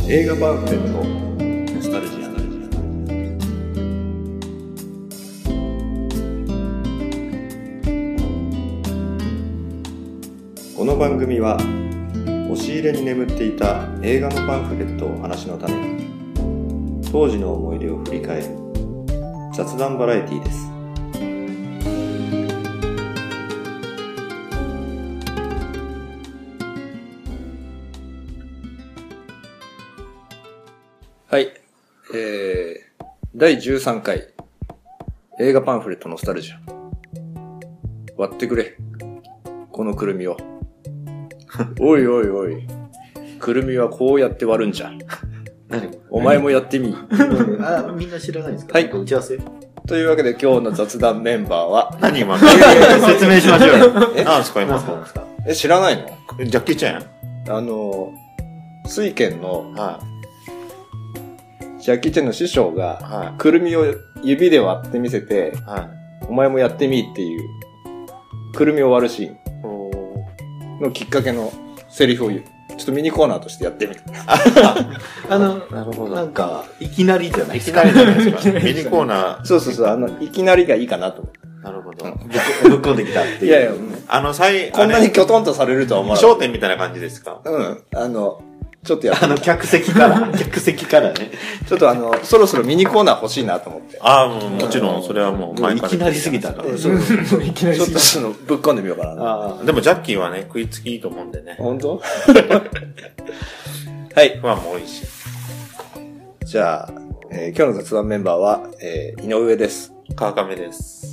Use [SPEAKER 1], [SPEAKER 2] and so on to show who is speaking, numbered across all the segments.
[SPEAKER 1] 映画パンフレットノスタルジア。この番組は押し入れに眠っていた映画のパンフレットをお話のために当時の思い出を振り返る雑談バラエティです。はい、第13回映画パンフレットノスタルジア。割ってくれこのくるみを。おいおいおい、くるみはこうやって割るんじゃ。お前もやってみ。
[SPEAKER 2] あ、みんな知らないんですか？
[SPEAKER 1] はい。
[SPEAKER 2] 打ち合わせ
[SPEAKER 1] というわけで今日の雑談メンバーは
[SPEAKER 3] 何今
[SPEAKER 2] 説明しましょうよ。
[SPEAKER 3] 何ですか今
[SPEAKER 2] 何ですか？
[SPEAKER 1] 知らないの？
[SPEAKER 3] ジャッキーチェン？
[SPEAKER 1] 水拳の
[SPEAKER 3] は
[SPEAKER 1] ジャッキーチェンの師匠が、
[SPEAKER 3] は
[SPEAKER 1] くるみを指で割ってみせて、
[SPEAKER 3] い。は
[SPEAKER 1] お前もやってみっていうくるみを割るシーン
[SPEAKER 3] い。
[SPEAKER 1] のきっかけのセリフを言う。ちょっとミニコーナーとしてやってみる。
[SPEAKER 3] なるほど。
[SPEAKER 2] なんか、いきなりじゃない
[SPEAKER 3] いきなりじゃないですか。ミニコーナー。
[SPEAKER 1] そうそうそう、いきなりがいいかなと思って。
[SPEAKER 3] なるほど。
[SPEAKER 2] ぶっこんできたっていう。
[SPEAKER 1] いやいや、こんなにキョトンとされるとは思わなかった。
[SPEAKER 3] 焦点みたいな感じですか？
[SPEAKER 1] うん。ちょっとやってみた。
[SPEAKER 2] 客席からね。
[SPEAKER 1] ちょっとそろそろミニコーナー欲しいなと思って。
[SPEAKER 3] ああ、もちろん、それはもう前から。
[SPEAKER 2] いきなりすぎたから。
[SPEAKER 1] そういきなりちょっとぶっ込んでみようかな。
[SPEAKER 3] でもジャッキーはね、食いつきいいと思うんでね。
[SPEAKER 1] 本当？はい。
[SPEAKER 3] ファンも多いし。
[SPEAKER 1] じゃあ、今日の雑談メンバーは、井上です。
[SPEAKER 3] 川上です。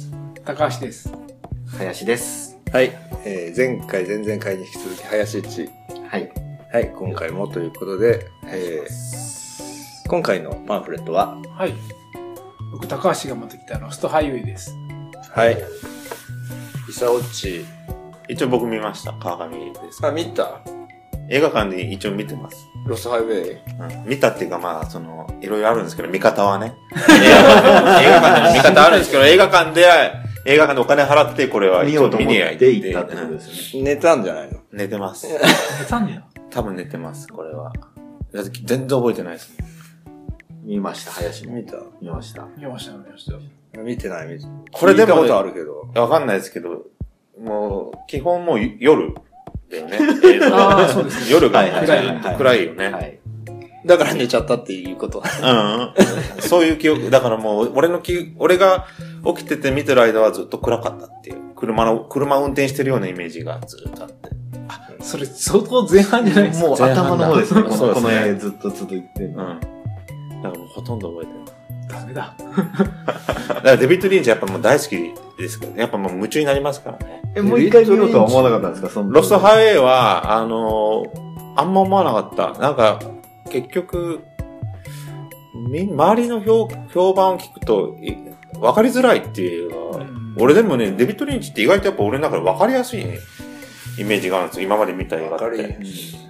[SPEAKER 4] 高橋です。
[SPEAKER 2] 林です。
[SPEAKER 1] はい。前回、前々回に引き続き、林一。
[SPEAKER 2] はい。
[SPEAKER 1] はい、今回もということで、今回のパンフレットは、
[SPEAKER 4] はい。僕、高橋が持ってきたロストハイウェイです。
[SPEAKER 1] はい。イサオッチ。
[SPEAKER 3] 一応僕見ました。川上です。
[SPEAKER 1] あ、見た？
[SPEAKER 3] 映画館で一応見てます。
[SPEAKER 1] ロストハイウェイ。
[SPEAKER 3] 見たっていうかまあ、いろいろあるんですけど、見方はね。映画館での見方あるんですけど、映画館でお金払ってこれは一応見に行って
[SPEAKER 2] 行ったってことですよね。
[SPEAKER 1] 寝たんじゃないの？
[SPEAKER 3] 寝てます。
[SPEAKER 4] 寝たんだよ。
[SPEAKER 3] 多分寝てます、これは。全然覚えてないですね。
[SPEAKER 2] 見ました、林も。
[SPEAKER 1] 見た？
[SPEAKER 4] 見ました。
[SPEAKER 1] 見てない、
[SPEAKER 3] これでも、
[SPEAKER 1] 聞いたことあるけど。
[SPEAKER 3] わかんないですけど、もう、基本もう夜だよね。
[SPEAKER 4] ああ、そうですね。
[SPEAKER 3] 夜が暗いよね。
[SPEAKER 2] はい。
[SPEAKER 1] だから寝ちゃったっていうこと。
[SPEAKER 3] そういう記憶、だからもう、俺が起きてて見てる間はずっと暗かったっていう。車運転してるようなイメージがずっとあって。
[SPEAKER 4] それ相当前半じゃないですか。
[SPEAKER 2] もう頭の方ですね。
[SPEAKER 3] そうですね。
[SPEAKER 2] この絵ずっと続いてる。
[SPEAKER 3] だからもうほとんど覚えてない。
[SPEAKER 4] ダメだ。
[SPEAKER 3] だからデビッド・リンチやっぱもう大好きですけどね。やっぱもう夢中になりますからね。
[SPEAKER 2] もう一回見ようとは思わなかったんですか？
[SPEAKER 3] ロストハイウェイは、あんま思わなかった。なんか、結局、周りの評判を聞くと、わかりづらいっていうのは、俺でもね、デビッド・リンチって意外とやっぱ俺の中でわかりやすいイメージがあるんですよ。今まで見た映画って。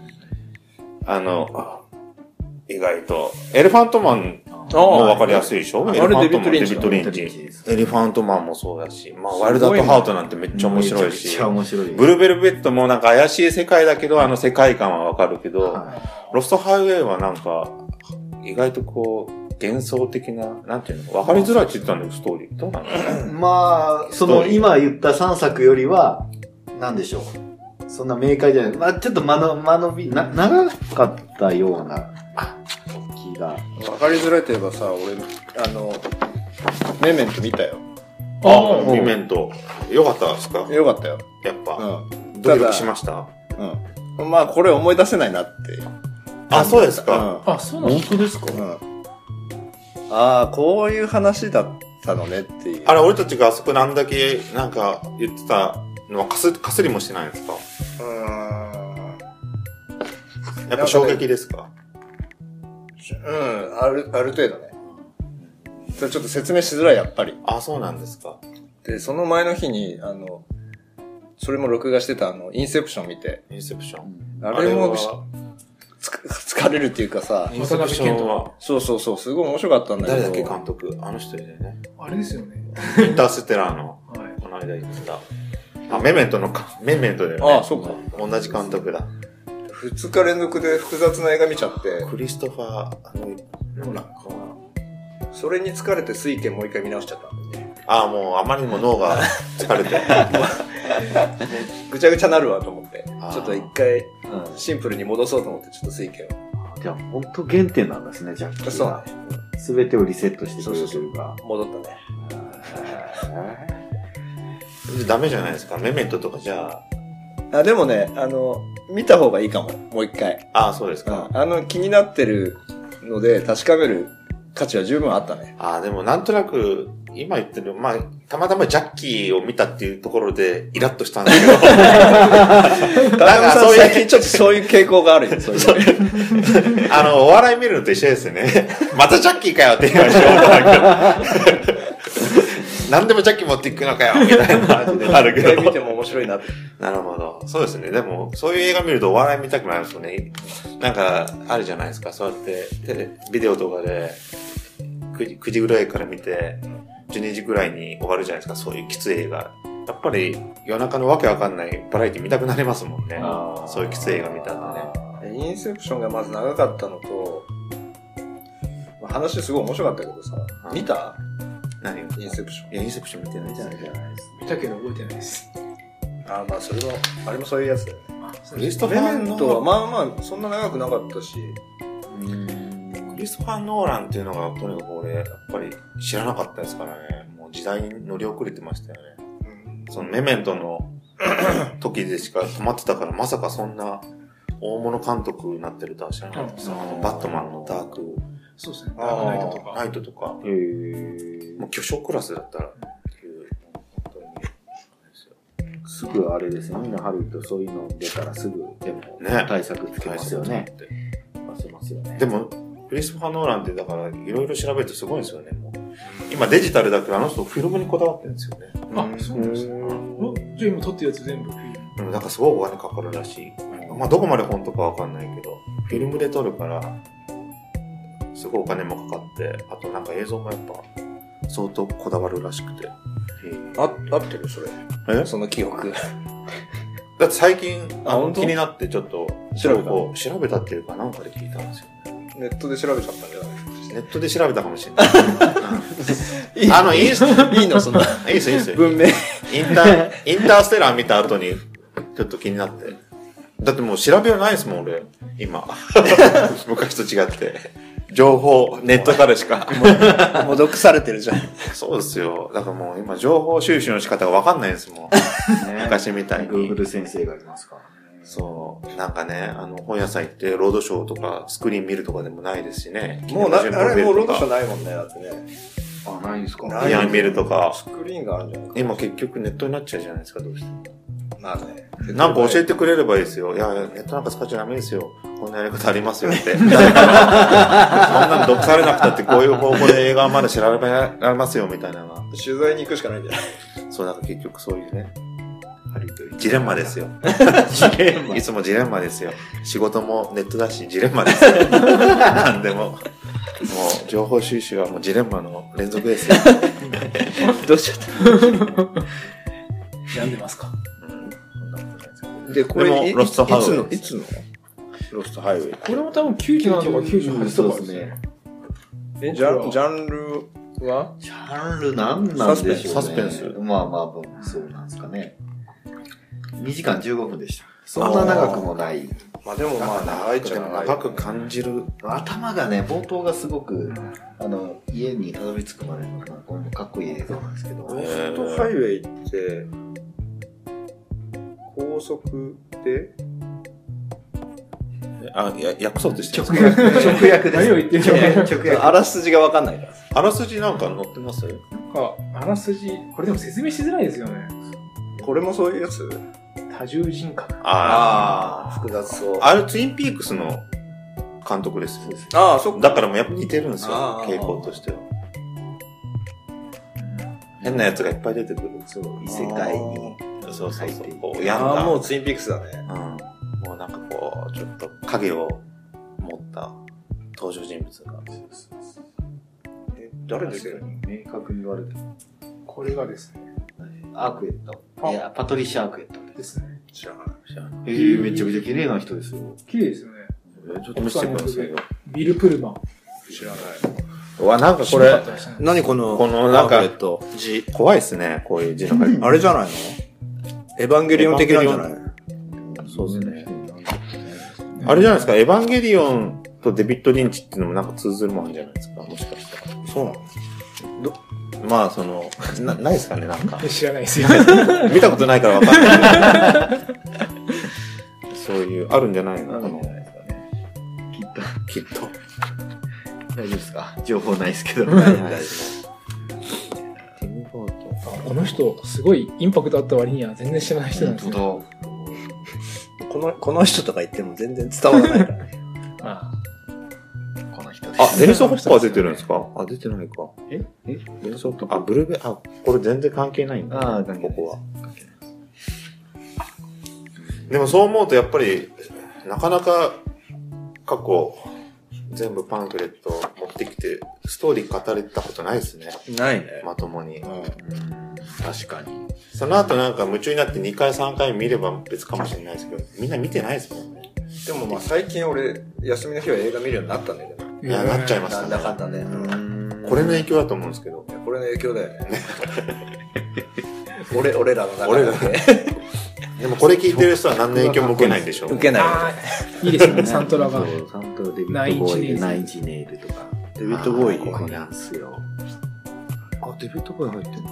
[SPEAKER 3] 意外と。エレファントマンもわかりやすいでしょ？エレファントマン、デビッド・リンチ。エレファントマンもそうだし、まあ、ワイルド・アット・ハートなんてめっちゃ面白いし。
[SPEAKER 2] めっちゃ面白い。
[SPEAKER 3] ブルーベルベットもなんか怪しい世界だけど、世界観はわかるけど、ロストハイウェイはなんか、意外とこう、幻想的な、なんていうの、わかりづらいって言ってたんだよ、ストーリー。どうなの？
[SPEAKER 2] まあ、今言った3作よりは、なんでしょう。そんな明快じゃない。まあ、ちょっと長かったような気が。
[SPEAKER 1] わかりづらいといえばさ、俺、メメント見たよ。
[SPEAKER 3] メメント。よかったですか？
[SPEAKER 1] よかったよ。
[SPEAKER 3] やっぱ。ドキドキしました？
[SPEAKER 1] まあ、これ思い出せないなって。
[SPEAKER 3] あ、そうですか。
[SPEAKER 4] あ、そうなんですか？
[SPEAKER 2] 本当ですか？
[SPEAKER 1] ああ、こういう話だったのねっていう。
[SPEAKER 3] あれ、俺たちがあそこなんだけ、なんか言ってたのはかすりもしてないんですか？やっぱ衝撃ですか？
[SPEAKER 1] ある程度ね。それちょっと説明しづらい、やっぱり。
[SPEAKER 3] あ、そうなんですか。
[SPEAKER 1] で、その前の日に、それも録画してたインセプション見て。
[SPEAKER 3] インセプション。
[SPEAKER 1] あれも、疲れるっていうかさ。
[SPEAKER 3] インセプションは。
[SPEAKER 1] そう、すごい面白かったんだけど。
[SPEAKER 3] 誰だっけ監督？あの人だよね。
[SPEAKER 4] あれですよね。
[SPEAKER 3] インターステラーの、この間言ってた。メメントだよね。
[SPEAKER 1] あ、そうか。
[SPEAKER 3] 同じ監督だ。
[SPEAKER 1] 2日連続で複雑な映画見ちゃって、
[SPEAKER 3] クリストファー、
[SPEAKER 4] ノーランか。
[SPEAKER 1] それに疲れて水拳もう一回見直しちゃったんでね。
[SPEAKER 3] もうあまりにも脳が疲れて。
[SPEAKER 1] ぐちゃぐちゃなるわと思って、
[SPEAKER 3] あー
[SPEAKER 1] ちょっと一回シンプルに戻そうと思って、ちょっと水拳を。
[SPEAKER 2] じゃあ、本当原点なんですね、ジャッキー
[SPEAKER 1] そう
[SPEAKER 2] が。すべてをリセットしてくれるというか。
[SPEAKER 1] 戻ったね。
[SPEAKER 3] ダメじゃないですか。メメントとかじゃ
[SPEAKER 1] でもね、見た方がいいかも。もう一回。
[SPEAKER 3] そうですか。
[SPEAKER 1] 気になってるので確かめる価値は十分あったね。
[SPEAKER 3] でもなんとなく、今言ってる、たまたまジャッキーを見たっていうところでイラッとしたんだけど。
[SPEAKER 1] なんか最近ちょっとそういう傾向があるよ、そういう。
[SPEAKER 3] お笑い見るのと一緒ですよね。またジャッキーかよって言いましょう。何でもジャッキー持っていくのかよみたいな感じであるけど。
[SPEAKER 1] 一回見ても面白いなって。
[SPEAKER 3] なるほど。そうですね。でも、そういう映画見るとお笑い見たくなりますよね。なんか、あるじゃないですか。そうやって、ビデオとかで9時ぐらいから見て、12時ぐらいに終わるじゃないですか。そういうきつい映画。やっぱり夜中のわけわかんないバラエティ見たくなりますもんね。そういうきつい映画見たんでね。
[SPEAKER 1] インセプションがまず長かったのと、話すごい面白かったけどさ、見た？
[SPEAKER 3] 何？
[SPEAKER 1] インセプション。
[SPEAKER 3] いや、インセプション見てないじゃないですか。
[SPEAKER 4] 見たけど覚えてないです。
[SPEAKER 1] それも、あれもそういうやつだよね。
[SPEAKER 3] クリストフ
[SPEAKER 1] メ
[SPEAKER 3] ァー・
[SPEAKER 1] メントはそんな長くなかったし。
[SPEAKER 3] クリストファー・ノーランっていうのがとにかく俺、やっぱり知らなかったですからね。もう時代に乗り遅れてましたよね。そのメメントの時でしか止まってたから、まさかそんな大物監督になってるとは知らなかったです。バットマンのダーク。
[SPEAKER 4] そうですね。ダークナイトとか。
[SPEAKER 3] ナイトとか。もう巨匠クラスだったらっていう、本当に。
[SPEAKER 2] すぐあれですね。みんなハリウッドそういうの出たらすぐ、でも、対策つけますよね。出せますよね。
[SPEAKER 3] でも、クリストファー・ノーランってだから、いろいろ調べるとすごいんですよね。もう今デジタルだけど、あの人フィルムにこだわってるんですよね。
[SPEAKER 4] そうなんですね。じゃあ今撮ってるやつ全部フィルム。
[SPEAKER 3] だからすごいお金かかるらしい。どこまで本当かわかんないけど、フィルムで撮るから、すごいお金もかかって、あとなんか映像もやっぱ、相当こだわるらしくて。
[SPEAKER 1] 合ってるそれ。その記憶。
[SPEAKER 3] だって最近、
[SPEAKER 1] 本当？
[SPEAKER 3] 気になってちょっと、調べたっていうかなんかで聞いたんですよね。
[SPEAKER 1] ネットで調べちゃったんじゃない？
[SPEAKER 3] ネットで調べたかもしれない。
[SPEAKER 1] いいのそんな。
[SPEAKER 3] いいですよ。
[SPEAKER 1] 文明。
[SPEAKER 3] インターステラー見た後に、ちょっと気になって。だってもう調べようないですもん、俺。今。昔と違って。情報、ネットからしか。
[SPEAKER 1] もう毒されてるじゃん。
[SPEAKER 3] そうですよ。だからもう今、情報収集の仕方がわかんないですもん。昔みたいに。
[SPEAKER 2] Google 先生がいますからね。
[SPEAKER 3] そう。なんかね、本屋さん行ってロードショーとかスクリーン見るとかでもないですしね。
[SPEAKER 1] もうあれもうロードショーないもんね、だってね。
[SPEAKER 2] ないんですか？
[SPEAKER 3] いや、見るとか。
[SPEAKER 1] スクリーンがあるんじゃないか。
[SPEAKER 3] 今結局ネットになっちゃうじゃないですか、どうしても。
[SPEAKER 1] まあね。
[SPEAKER 3] なんか教えてくれればいいですよ。いや、ネットなんか使っちゃダメですよ。こんなやり方ありますよって。そんなの毒されなくたってこういう方法で映画まで調べられますよみたいなのが。
[SPEAKER 1] 取材に行くしかないんじゃない？
[SPEAKER 3] そう、だから結局そういうね。ジレンマですよ。いつもジレンマですよ。仕事もネットだし、ジレンマですよ。なんでも。もう、情報収集はもうジレンマの連続ですよ。
[SPEAKER 1] どうしちゃった
[SPEAKER 4] 病んでますか？
[SPEAKER 1] で、これ、
[SPEAKER 3] ロストハイウェイ。
[SPEAKER 1] いつのロストハイウェイ。
[SPEAKER 4] これも多分97とか98とかですね。
[SPEAKER 1] ジャンルは
[SPEAKER 2] ジャンルなんなんでしょうね。
[SPEAKER 3] サスペンス。
[SPEAKER 2] まあ、そうなんですかね。2時間15分でした。そんな長くもない。
[SPEAKER 1] まあでも長いっちゃ長い。
[SPEAKER 3] 長く感じる。
[SPEAKER 2] 頭がね、冒頭がすごく、家にたどり着くまでの、かっこいい映像なんですけど。
[SPEAKER 1] ロストハイウェイって、高速で
[SPEAKER 3] 訳そうとして
[SPEAKER 2] 直訳です。
[SPEAKER 4] 何を言ってるの？
[SPEAKER 2] 直訳。
[SPEAKER 1] あらすじがわかんないから。
[SPEAKER 3] あらすじなんか載ってます？
[SPEAKER 4] なんか、あらすじ、これでも説明しづらいですよね。
[SPEAKER 1] これもそういうやつ？
[SPEAKER 4] 多重人格。
[SPEAKER 1] 複雑そう。
[SPEAKER 3] あれ、ツインピークスの監督ですよ。
[SPEAKER 1] そっか。
[SPEAKER 3] だからもうやっぱ似てるんですよ、傾向としては。変なやつがいっぱい出てくる。
[SPEAKER 2] そう、異世界に。
[SPEAKER 3] そう。こう、
[SPEAKER 1] もうツインピークスだね。
[SPEAKER 3] もうなんかこう、ちょっと影を持った登場人物が。
[SPEAKER 1] 誰ですよ？
[SPEAKER 2] 明確に言われてる。
[SPEAKER 4] これがですね。
[SPEAKER 2] アークエット。いや、パトリシア・アークエット
[SPEAKER 4] ですね。
[SPEAKER 1] 知らない。
[SPEAKER 2] めちゃくちゃ綺麗な人ですよ。
[SPEAKER 4] 綺麗ですよね。
[SPEAKER 3] ちょっと見せてくださいよ。
[SPEAKER 4] ビル・プルマン。
[SPEAKER 1] 知らない。
[SPEAKER 3] うわ、なんかこれ、
[SPEAKER 1] 何この
[SPEAKER 3] なんか
[SPEAKER 1] 字。
[SPEAKER 3] 怖いっすね、こういう字の書き方。
[SPEAKER 1] あれじゃないのエヴァンゲリオン的なんじゃない
[SPEAKER 3] そうですね。あれじゃないですか、エヴァンゲリオンとデビッド・リンチっていうのもなんか通ずるもんじゃないですか、もしかしたら。
[SPEAKER 1] そうなの
[SPEAKER 3] まあ、ないですかね、なんか。
[SPEAKER 4] 知らないですよ。
[SPEAKER 3] 見たことないからわかんないけど。そういう、あるんじゃないのかな。きっと。
[SPEAKER 2] 大丈夫ですか？情報ないですけど。
[SPEAKER 3] ティム・ボート。
[SPEAKER 4] この人、すごいインパクトあった割には全然知らない人なんですよ。
[SPEAKER 1] この人とか言っても全然伝わらないからね。
[SPEAKER 2] この人です。
[SPEAKER 3] あ、デニス・ホッパー出てるんですか？あ、出てないか。
[SPEAKER 2] デ
[SPEAKER 3] デニス・ホッパー、ブルーベ、これ全然関係ないんだ。ここは。でもそう思うとやっぱり、なかなか過去、全部パンフレット持ってきて、ストーリー語れたことないですね。
[SPEAKER 1] ないね。
[SPEAKER 3] まともに。
[SPEAKER 2] 確かに。
[SPEAKER 3] その後なんか夢中になって2回3回見れば別かもしれないですけど、みんな見てないですもんね。
[SPEAKER 1] でもまあ最近俺、休みの日は映画見るようになったんだよね。
[SPEAKER 3] いや、なっちゃいました
[SPEAKER 1] なん
[SPEAKER 3] ね。
[SPEAKER 1] だかんだね。
[SPEAKER 3] これの影響だと思うんですけど。
[SPEAKER 1] これの影響だよね。俺らの中で。
[SPEAKER 3] でもこれ聞いてる人は何の影響も受けないんでしょう。
[SPEAKER 1] 受けない。
[SPEAKER 4] いいですよね、サントラが。
[SPEAKER 2] サントラデビッド・ボーイでナインチネイルとか。
[SPEAKER 1] デビッド・ボーイ。
[SPEAKER 2] ここなんすよ。
[SPEAKER 3] あ、デビッド・ボーイ入ってんの？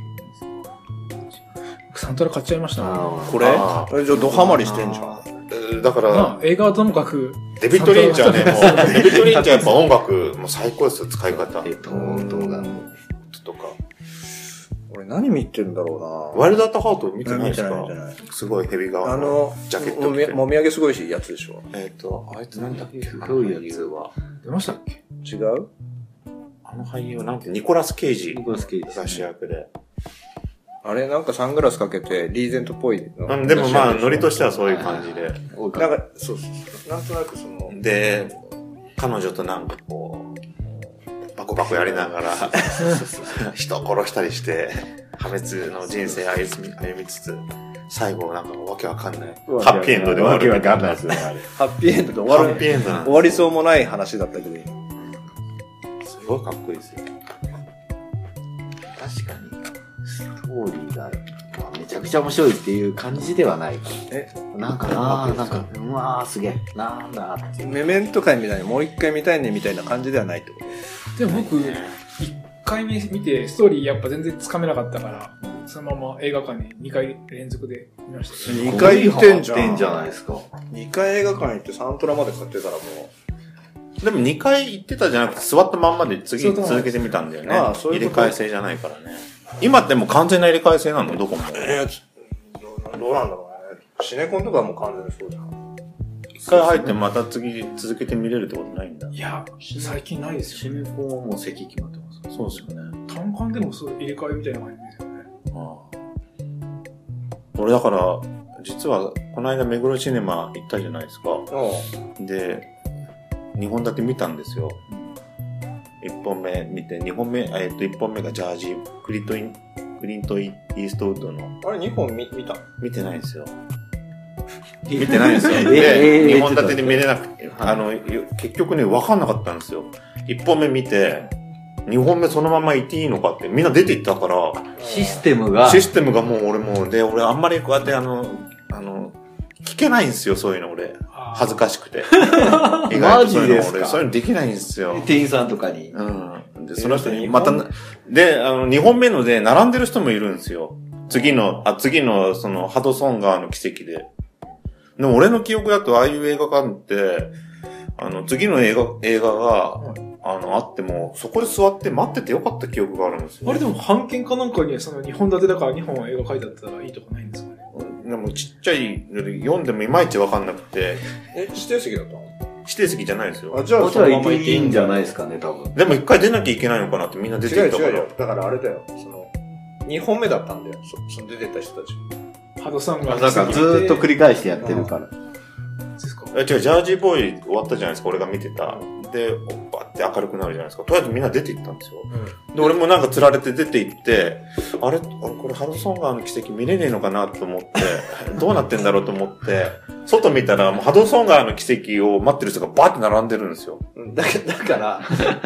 [SPEAKER 4] サントラ買っちゃいましたね。
[SPEAKER 1] これじゃあドハマりしてんじゃん。
[SPEAKER 3] だから、
[SPEAKER 4] 映画はともかく、
[SPEAKER 3] デビッド・リンチはね、もう、デビッド・リンチはやっぱ音楽、もう最高ですよ、使い方。
[SPEAKER 2] 動画
[SPEAKER 3] とか。
[SPEAKER 1] 俺何見てるんだろ
[SPEAKER 3] ワイルド・アット・ハート見てないですか？
[SPEAKER 1] 見てない。
[SPEAKER 3] すごいヘビ側のジャケット着て。
[SPEAKER 1] もみあげすごいしやつでしょ。
[SPEAKER 3] あいつなんだっけ？
[SPEAKER 2] すごいやつは。
[SPEAKER 4] 出ましたっけ？
[SPEAKER 1] 違う？
[SPEAKER 3] あの俳優なんて、ニコラス・ケイジ
[SPEAKER 2] ニコラスケイジ
[SPEAKER 3] が主役で。
[SPEAKER 1] あれなんかサングラスかけてリーゼントっぽいの。
[SPEAKER 3] でもまあ、ノリとしてはそういう感じで。
[SPEAKER 1] なんか、そう。なんとなくその。
[SPEAKER 3] で、彼女となんかこう、バコバコやりながら、人を殺したりして、破滅の人生歩みつつ、最後なんかわけわかんない。ハッピーエンドで終わる。
[SPEAKER 2] わけわかんないですよね、あれ。
[SPEAKER 1] ハッピーエンドで終わる。
[SPEAKER 3] ハッピーエンドなんです。
[SPEAKER 1] 終わりそうもない話だったけど、
[SPEAKER 3] すごいかっこいいですよ。
[SPEAKER 2] 確かに、ストーリーが、めちゃくちゃ面白いっていう感じではない。なんかうわーすげえ、なんだっていう。
[SPEAKER 1] メメント会みたいにもう一回見たいねみたいな感じではないってこ
[SPEAKER 4] でも僕、1回目見て、ストーリーやっぱ全然つかめなかったから、そのまま映画館に2回連続で見ましたけど。
[SPEAKER 1] 2回行ってんじゃん。
[SPEAKER 2] 行ってんじゃないですか。
[SPEAKER 1] 2回映画館行ってサントラまで買ってたらも
[SPEAKER 3] でも2回行ってたじゃなくて座ったまんまで次続けてみたんだよね。
[SPEAKER 1] ああそういうこと
[SPEAKER 3] 入れ替え制じゃないからね。今ってもう完全な入れ替え制なのどこも。
[SPEAKER 1] どうなんだろうね。シネコンとかはもう完全にそうじゃん。
[SPEAKER 3] 一回入ってまた次続けて見れるってことないんだ。
[SPEAKER 4] いや、最近ないですよね。
[SPEAKER 2] シネコンはもう席決まってます。
[SPEAKER 3] そうですよね。
[SPEAKER 4] 単館でもそう入れ替えみたいな感じですよね。
[SPEAKER 3] 俺だから、実はこの間目黒シネマ行ったじゃないですか。で、2本立て見たんですよ。1本目見て、2本目、1本目がジャージー、クリント・イーストウッドの。
[SPEAKER 1] あれ2本見た？
[SPEAKER 3] 見てないんですよ。見てないんですよ。で、2本立てで見れなくて、結局ね、分かんなかったんですよ。1本目見て、2本目そのまま行っていいのかって、みんな出て行ったから、
[SPEAKER 2] システムが
[SPEAKER 3] もう俺あんまりこうやって聞けないんですよ、そういうの俺。恥ずかしくて。意外とそういうの俺、そういうのできないんですよ。
[SPEAKER 2] 店員さんとかに。
[SPEAKER 3] で、その人に、また、で、2本目ので、並んでる人もいるんですよ。次の、その、ハドソン川の奇跡で。でも俺の記憶だと、ああいう映画館って、次の映画が、あっても、そこで座って待っててよかった記憶があるんですよ。
[SPEAKER 4] あれでも、版権かなんかにその2本立てだから2本映画書いてあったらいいとかないんですかね。
[SPEAKER 3] でもちっちゃいので読んでもいまいちわかんなくて。
[SPEAKER 1] 指定席だったの？
[SPEAKER 3] 指定席じゃないですよ。
[SPEAKER 1] じゃあ
[SPEAKER 2] そのまま行っていいんじゃないですかね、多分。
[SPEAKER 3] でも一回出なきゃいけないのかなってみんな出てきたから。
[SPEAKER 1] 違うよ。だからあれだよ。2本目だったんだよ。その出てた人たち。
[SPEAKER 4] ハドさんが。
[SPEAKER 2] なんかずーっと繰り返してやってるから。
[SPEAKER 4] ですか？
[SPEAKER 3] 違う、ジャージーボーイ終わったじゃないですか、俺が見てた。 で、バッて明るくなるじゃないですか。とりあえずみんな出て行ったんですよ。で、俺もなんか釣られて出て行って、あれこれハドソン川の奇跡見れねえのかなと思って、どうなってんだろうと思って、外見たらもうハドソン川の奇跡を待ってる人がバーって並んでるんですよ。
[SPEAKER 1] だから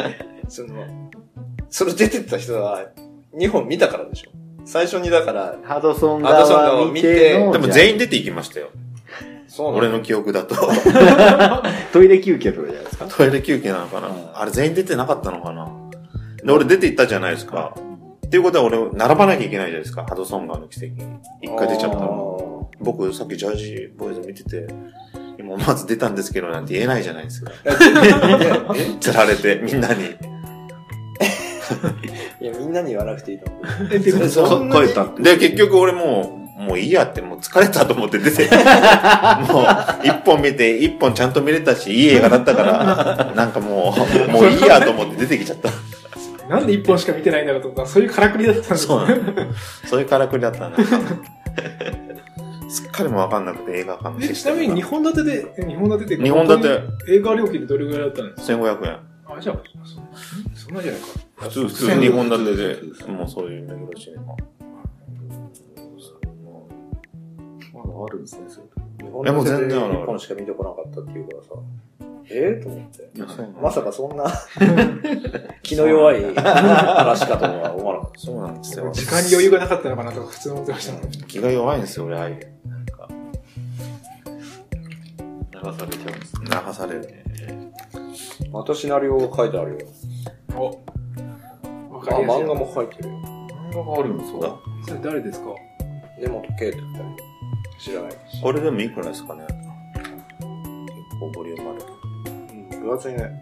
[SPEAKER 1] それ出てった人は2本見たからでしょ。最初にだから、
[SPEAKER 2] ハドソン川を見ての、
[SPEAKER 3] でも全員出て行きましたよ。
[SPEAKER 1] そう
[SPEAKER 3] 俺の記憶だと。
[SPEAKER 2] トイレ休憩とかじゃないですか。
[SPEAKER 3] トイレ休憩なのかな、あれ全員出てなかったのかな。で、俺出て行ったじゃないですか。っていうことは俺、並ばなきゃいけないじゃないですか。ハドソン川の奇跡に。一回出ちゃったの。僕、さっきジャージボーイズ見てて、今まず出たんですけどなんて言えないじゃないですか。釣られて、みんなに。
[SPEAKER 1] いや、みんなに言わなくていいと思う。
[SPEAKER 2] そう、声たって。
[SPEAKER 3] で、結局俺もういいやって、もう疲れたと思って出て、もう一本見て、一本ちゃんと見れたし、いい映画だったから、なんかもういいやと思って出てきちゃった。
[SPEAKER 4] なんで一本しか見てないんだろうと思ったら、そういうからくりだったんです
[SPEAKER 3] そうそういうからくりだったんだ。すっかりもわかんなくて映画館で
[SPEAKER 4] ちなみに2本立てで、
[SPEAKER 3] 2本立て。
[SPEAKER 4] 映画料金でどれぐらいだったんですか？
[SPEAKER 3] 1500円。
[SPEAKER 4] あ、じゃあ、そんなじゃないか。
[SPEAKER 3] 普通2本立てで、もうそういう目黒シネマ。
[SPEAKER 2] まだあるんですね、それ。
[SPEAKER 1] 日本全然1本しか見てこなかったっていうからさ、と思って。まさかそんな気の弱い話かとは思わなかった。
[SPEAKER 3] そうなんですよ。
[SPEAKER 4] 時間に余裕がなかったのかなとか普通に思ってましたもん。
[SPEAKER 3] 気が弱いんですよ、俺、ああいう。なんか。
[SPEAKER 2] 流されちゃうんですね。
[SPEAKER 3] 流されるね。
[SPEAKER 1] またシナリオが書いてあるよ。
[SPEAKER 4] わかりやすい。
[SPEAKER 1] 漫画も書いてるよ。
[SPEAKER 2] 漫画があるんですか？
[SPEAKER 4] それ誰ですか？
[SPEAKER 1] 根本圭って言ったり。知らない。
[SPEAKER 3] これでもいくらですかね？結構ボリュームある。
[SPEAKER 1] 分厚いね。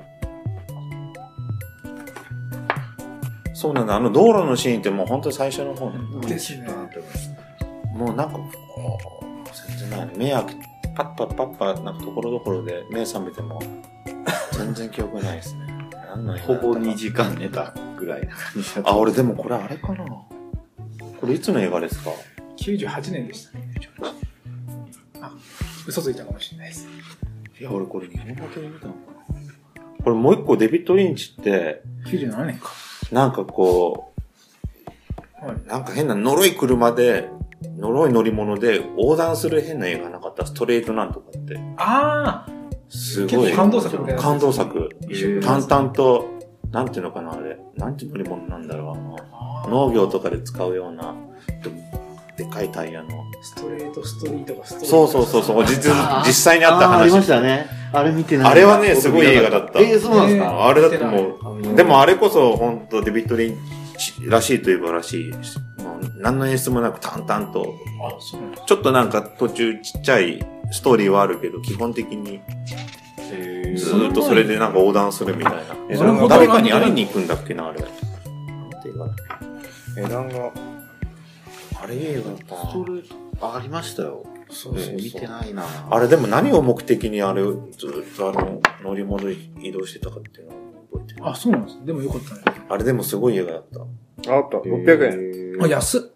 [SPEAKER 3] そうなんだ。道路のシーンってもう本当に最初の方ね。
[SPEAKER 4] ですね。
[SPEAKER 3] もうなんか、全然ないね。目開け、パッ、なんかところどころで目覚めても、全然記憶ないですね。
[SPEAKER 2] ほぼ2時間寝たぐらいな感じだった。
[SPEAKER 3] あ、俺でもこれあれかな。これいつの映画ですか
[SPEAKER 4] ？98年でしたね。あ、嘘ついたかもしれないです。
[SPEAKER 3] いや、俺これ日本だけで見たのかな。これもう一個デビッド・リンチって、
[SPEAKER 4] 97年か。
[SPEAKER 3] なんかこう、はい、なんか変な呪い車で、呪い乗り物で横断する変な映画なかった？ストレートなんとかって。
[SPEAKER 4] ああ
[SPEAKER 3] すごい。
[SPEAKER 4] 感動作みたいな。
[SPEAKER 3] 感動作。淡々と、なんていうのかな、あれ。なんていう乗り物なんだろう、農業とかで使うような、でかいタイヤの。
[SPEAKER 4] ストレート、ストリートがストリー
[SPEAKER 3] ト。そう。実際にあった話。
[SPEAKER 2] ありましたね。あれ見てない。
[SPEAKER 3] あれはね、すごい映画だった。
[SPEAKER 2] そうなんですか？
[SPEAKER 3] あれだってもう、でもあれこそ本当デビッド・リンチらしいといえばらしい。もう何の演出もなく淡々と。ちょっとなんか途中ちっちゃいストーリーはあるけど、基本的にずーっとそれでなんか横断するみたいな。誰かに会いに行くんだっけな、あれ。なんて映画だっけ？
[SPEAKER 1] 弾が。
[SPEAKER 3] あれ映画だったな。
[SPEAKER 2] ストレート、ありましたよ。
[SPEAKER 3] そう
[SPEAKER 2] 見てないな。
[SPEAKER 3] あれでも何を目的にあれをずっと乗り物で移動してたかっていうのを覚えてる。
[SPEAKER 4] あ、そうなんです。でもよかったね。
[SPEAKER 3] あれでもすごい映画だった。
[SPEAKER 1] あった。600円。
[SPEAKER 4] あ、安っ。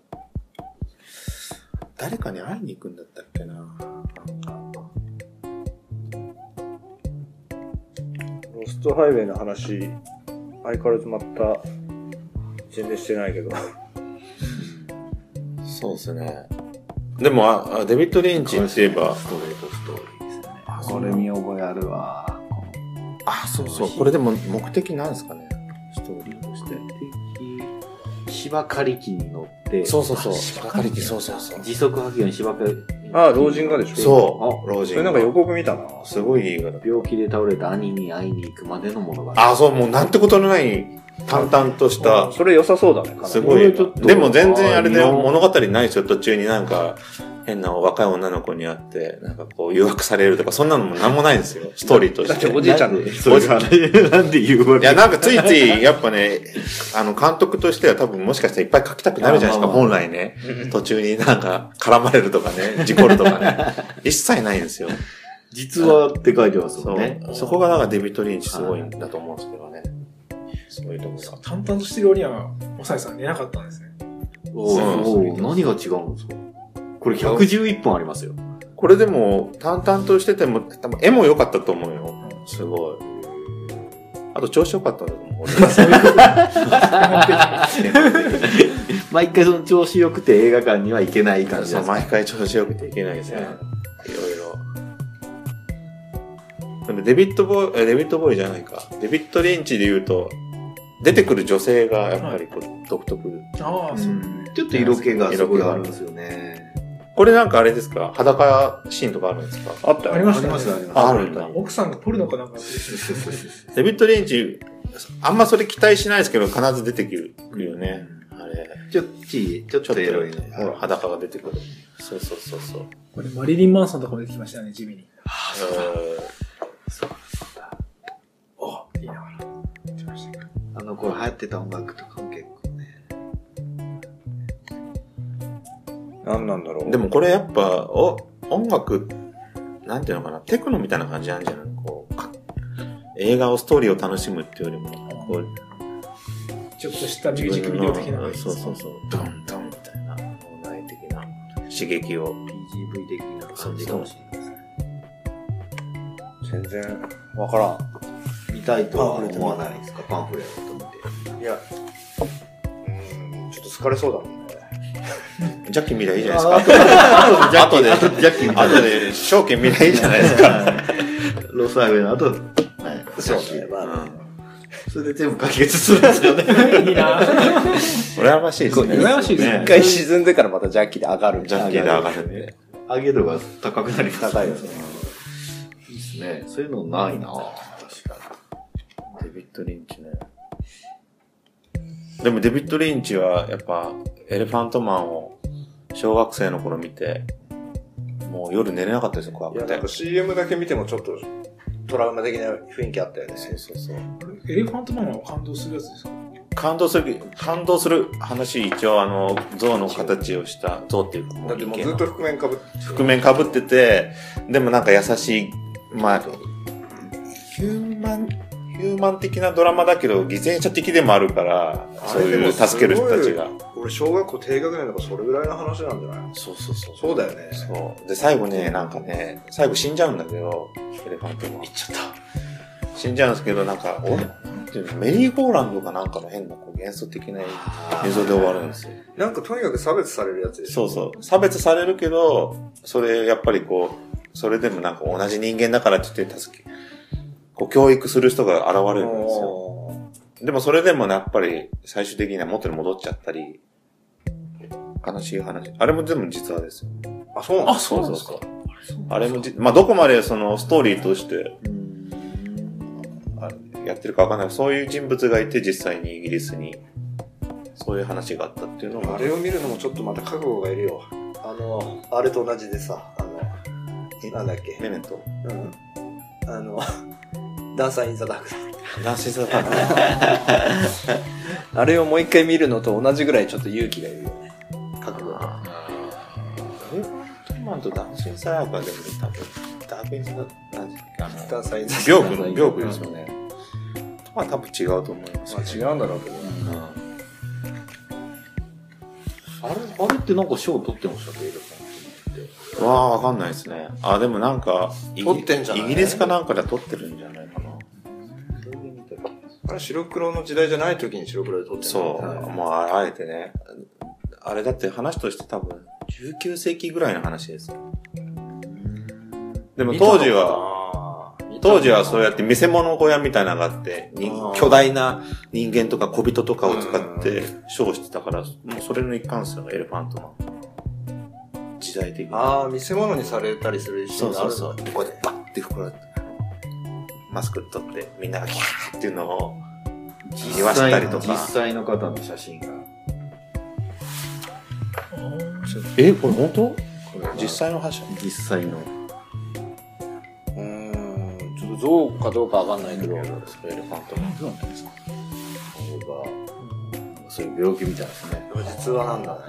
[SPEAKER 3] 誰かに会いに行くんだったっけな。
[SPEAKER 1] ロストハイウェイの話、相変わらずまた、全然してないけど。
[SPEAKER 3] そうですね。でもデビッド・リンチって言えば、
[SPEAKER 2] ストレートストーリーですね。これ見覚えあるわ。
[SPEAKER 3] そう。これでも目的なんですかね。ストーリーとして。
[SPEAKER 2] 芝刈り機に乗って。
[SPEAKER 3] そう。芝刈り機、そう。
[SPEAKER 2] 時速破棄の芝刈り。
[SPEAKER 1] ああ、老人がでしょ。
[SPEAKER 3] そう。老人。
[SPEAKER 1] それなんか予告見たな。
[SPEAKER 3] すごい映画だ。
[SPEAKER 2] 病気で倒れた兄に会いに行くまでの物語。
[SPEAKER 3] そう、もうなんてことのない淡々とした。
[SPEAKER 1] それ良さそうだね、
[SPEAKER 3] すごい。でも全然あれで物語ないですよ。途中になんか変な若い女の子に会って、なんかこう誘惑されるとか、そんなのもなんもないんですよ。ストーリーとして。
[SPEAKER 1] だっておじいちゃんで。
[SPEAKER 2] なんで誘惑？
[SPEAKER 3] いや、なんかついつい、やっぱね、監督としては多分もしかしたらいっぱい書きたくなるじゃないですか、本来ね。途中になんか絡まれるとかね、事故るとかね。一切ないんですよ。
[SPEAKER 2] 実はって書いてますもんね。
[SPEAKER 3] そこがなんかデビッド・リンチすごいんだと思うんですけどね。そういうところ。
[SPEAKER 4] 淡々としてるよりは、おさえさん寝なかったんですね。
[SPEAKER 2] 何が違うんですか？これ111分ありますよ。
[SPEAKER 3] これでも、淡々としてても、多分絵も良かったと思うよ。すごい。 あと調子良かったんだと思う。俺
[SPEAKER 2] 毎回その調子良くて映画館には行けない感じ
[SPEAKER 3] そう、
[SPEAKER 2] ですか。
[SPEAKER 3] 毎回調子良くていけないですね。いろいろ。でもデビッドボーイじゃないか。デビッド・リンチで言うと、出てくる女性がやっぱりこう、独特。
[SPEAKER 4] ああ、そうね。
[SPEAKER 2] ちょっと色気がすごいあるんですよね。
[SPEAKER 3] これなんかあれですか？裸シーンとかあるんですか？
[SPEAKER 1] あったよ。
[SPEAKER 4] ありましたね。
[SPEAKER 2] あります
[SPEAKER 3] あるんだ。
[SPEAKER 4] 奥さんがポルノかなんか。
[SPEAKER 3] デビッド・リンチ、あんまそれ期待しないですけど、必ず出てくるよね。あれ。
[SPEAKER 2] ちょっとエロいね。
[SPEAKER 3] 裸が出てくる。そう。
[SPEAKER 4] これマリリン・マンソンとかも出てきましたね、地味に。あ、いいながら。出ましたか。
[SPEAKER 2] あの頃流行ってた音楽とかも結構ね。
[SPEAKER 1] 何なんだろう。
[SPEAKER 3] でもこれやっぱ、音楽、なんていうのかな、テクノみたいな感じなんじゃない？こう、映画を、ストーリーを楽しむっていうよりも、こう、
[SPEAKER 4] ちょっとしたミュージックビデオ的な。
[SPEAKER 3] そう。ドンドンみたいな、脳内的な刺激を。
[SPEAKER 2] PGV 的な感じかもしれないですね。
[SPEAKER 1] 全然わからん。
[SPEAKER 2] 見たいとは思わないですか、パンフレット見て。
[SPEAKER 1] いや、ちょっと疲れそうだもんね。
[SPEAKER 3] ジャッキー見りゃいいじゃないですか。
[SPEAKER 2] 後でジャッキー見た
[SPEAKER 3] 後で証券見りゃいいじゃないですか。
[SPEAKER 2] ロスハイウェイの後、
[SPEAKER 1] そうね。まあ、
[SPEAKER 2] それで全部解決するんですよね。
[SPEAKER 4] いいな。
[SPEAKER 3] 羨ましいですね。
[SPEAKER 4] 羨ましいですね
[SPEAKER 1] 一回沈んでからまたジャッキで上がる。
[SPEAKER 3] ジャッキーで上がるんで。
[SPEAKER 2] 上げ度が高くなります。
[SPEAKER 1] 高いですね。
[SPEAKER 2] いいですね。そういうのないな。確か
[SPEAKER 3] デビッド・リンチね。でもデビッド・リンチはやっぱエレファントマンを小学生の頃見て、もう夜寝れなかったですよ、怖くて。
[SPEAKER 1] いや、なんか CM だけ見てもちょっとトラウマ的な雰囲気あったよね。
[SPEAKER 3] そう。
[SPEAKER 4] エレファントマンは感動するやつですか？
[SPEAKER 3] 感動する話、一応象の形をした象っていうか、
[SPEAKER 1] だってもうずっと覆面被って。
[SPEAKER 3] 覆面被ってて、でもなんか優しい、まあ、ヒューマン的なドラマだけど、偽善者的でもあるから、そういう助ける人たちが。
[SPEAKER 1] 俺、小学校低学年とかそれぐらいの話なんじゃない？
[SPEAKER 3] そう。
[SPEAKER 1] そうだよね。
[SPEAKER 3] そう。で、最後ね、なんかね、最後死んじゃうんだけど、エレファントマン。
[SPEAKER 1] 言っちゃった。
[SPEAKER 3] 死んじゃうんですけど、なんか、なんていうの、メリーゴーランドかなんかの変なこう幻想的な映像で終わるんですよ。
[SPEAKER 1] なんかとにかく差別されるやつでしょ。
[SPEAKER 3] そう。差別されるけど、それ、やっぱりこう、それでもなんか同じ人間だからって言ってこう教育する人が現れるんですよ。でもそれでもね、やっぱり最終的には元に戻っちゃったり、悲しい話。あれも全部実話ですよ。
[SPEAKER 1] あ、そうなん
[SPEAKER 3] そう。あれもまあどこまでそのストーリーとして、やってるかわかんない。そういう人物がいて実際にイギリスに、そういう話があったっていうのも。
[SPEAKER 1] あれを見るのもちょっとまた覚悟がいるよ。あれと同じでさ、なんだっけ。
[SPEAKER 3] メメント。
[SPEAKER 1] ダンサーインザダークだ。
[SPEAKER 3] ダンスインザダーク。
[SPEAKER 1] あれをもう一回見るのと同じぐらいちょっと勇気がいるよね。覚悟が。
[SPEAKER 3] トマンとダンスインザダークはでも多分、ダークインザダーク、
[SPEAKER 1] ダンサーインザダーク。
[SPEAKER 3] 病句ですよね。トマン多分違うと思います。
[SPEAKER 1] まあ違うんだろうけど。
[SPEAKER 2] あれってなんか賞取ってましたっけ？
[SPEAKER 3] わかんないですね。でもなんか、
[SPEAKER 1] 取ってんじゃない？
[SPEAKER 3] イギリスかなんかで取ってるんじゃないかな。
[SPEAKER 1] あれ白黒の時代じゃない時に白黒で撮ってる。
[SPEAKER 3] そう。もうあえてね。あれだって話として多分、19世紀ぐらいの話ですよ。でも当時はそうやって見せ物小屋みたいなのがあって、巨大な人間とか小人とかを使ってショーしてたから、もうそれの一環ですよ、エレファントマン。時代的に。
[SPEAKER 1] 見せ物にされたりする人がある。
[SPEAKER 3] そう。こうやってバッて膨らんで、マスク取って、みんながキャーっていうのを言わせたりとか。
[SPEAKER 2] 実際の方の写真が。
[SPEAKER 3] これ本当？実際の話？
[SPEAKER 2] 実際の。
[SPEAKER 1] ちょっと象かどうかわかんないけど、
[SPEAKER 3] エレファントマン。
[SPEAKER 2] どうなんですか？そういう病気みたいですね。
[SPEAKER 1] 実話なんだね。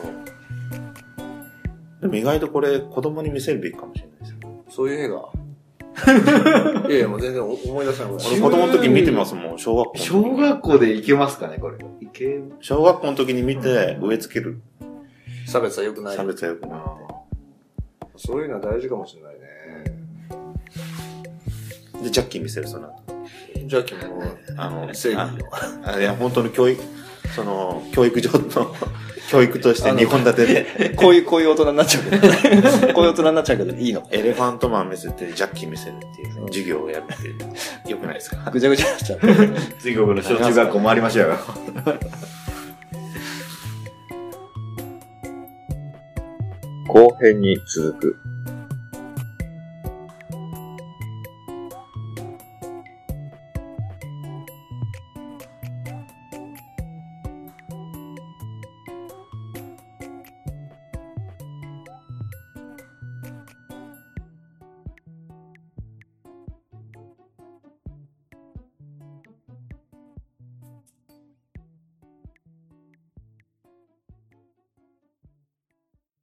[SPEAKER 3] でも意外とこれ子供に見せるべきかもしれないですよ。
[SPEAKER 1] そういう映画いやもう全然思い出せない。
[SPEAKER 3] 俺子供の時見てますもん、小学校。
[SPEAKER 2] 小学校でいけますかね、これ。いけ
[SPEAKER 3] 小学校の時に見て植え付ける。
[SPEAKER 1] 差別は良くない。
[SPEAKER 3] 差別は良くない。
[SPEAKER 1] そういうのは大事かもしれないね。
[SPEAKER 3] で、ジャッキー見せる、その後。 ジャッキも、
[SPEAKER 1] 正義の。
[SPEAKER 3] いや、本当の教育上の、教育として2本立てで。
[SPEAKER 1] こういう大人になっちゃうけど。こういう大人になっちゃうけど、いいの。
[SPEAKER 3] エレファントマン見せて、ジャッキー見せるっていう、授業をやるっていう。よくないですか？
[SPEAKER 1] ぐちゃぐちゃになっちゃう。
[SPEAKER 2] 全国の小中学校回りましょうよ。
[SPEAKER 5] 後編に続く。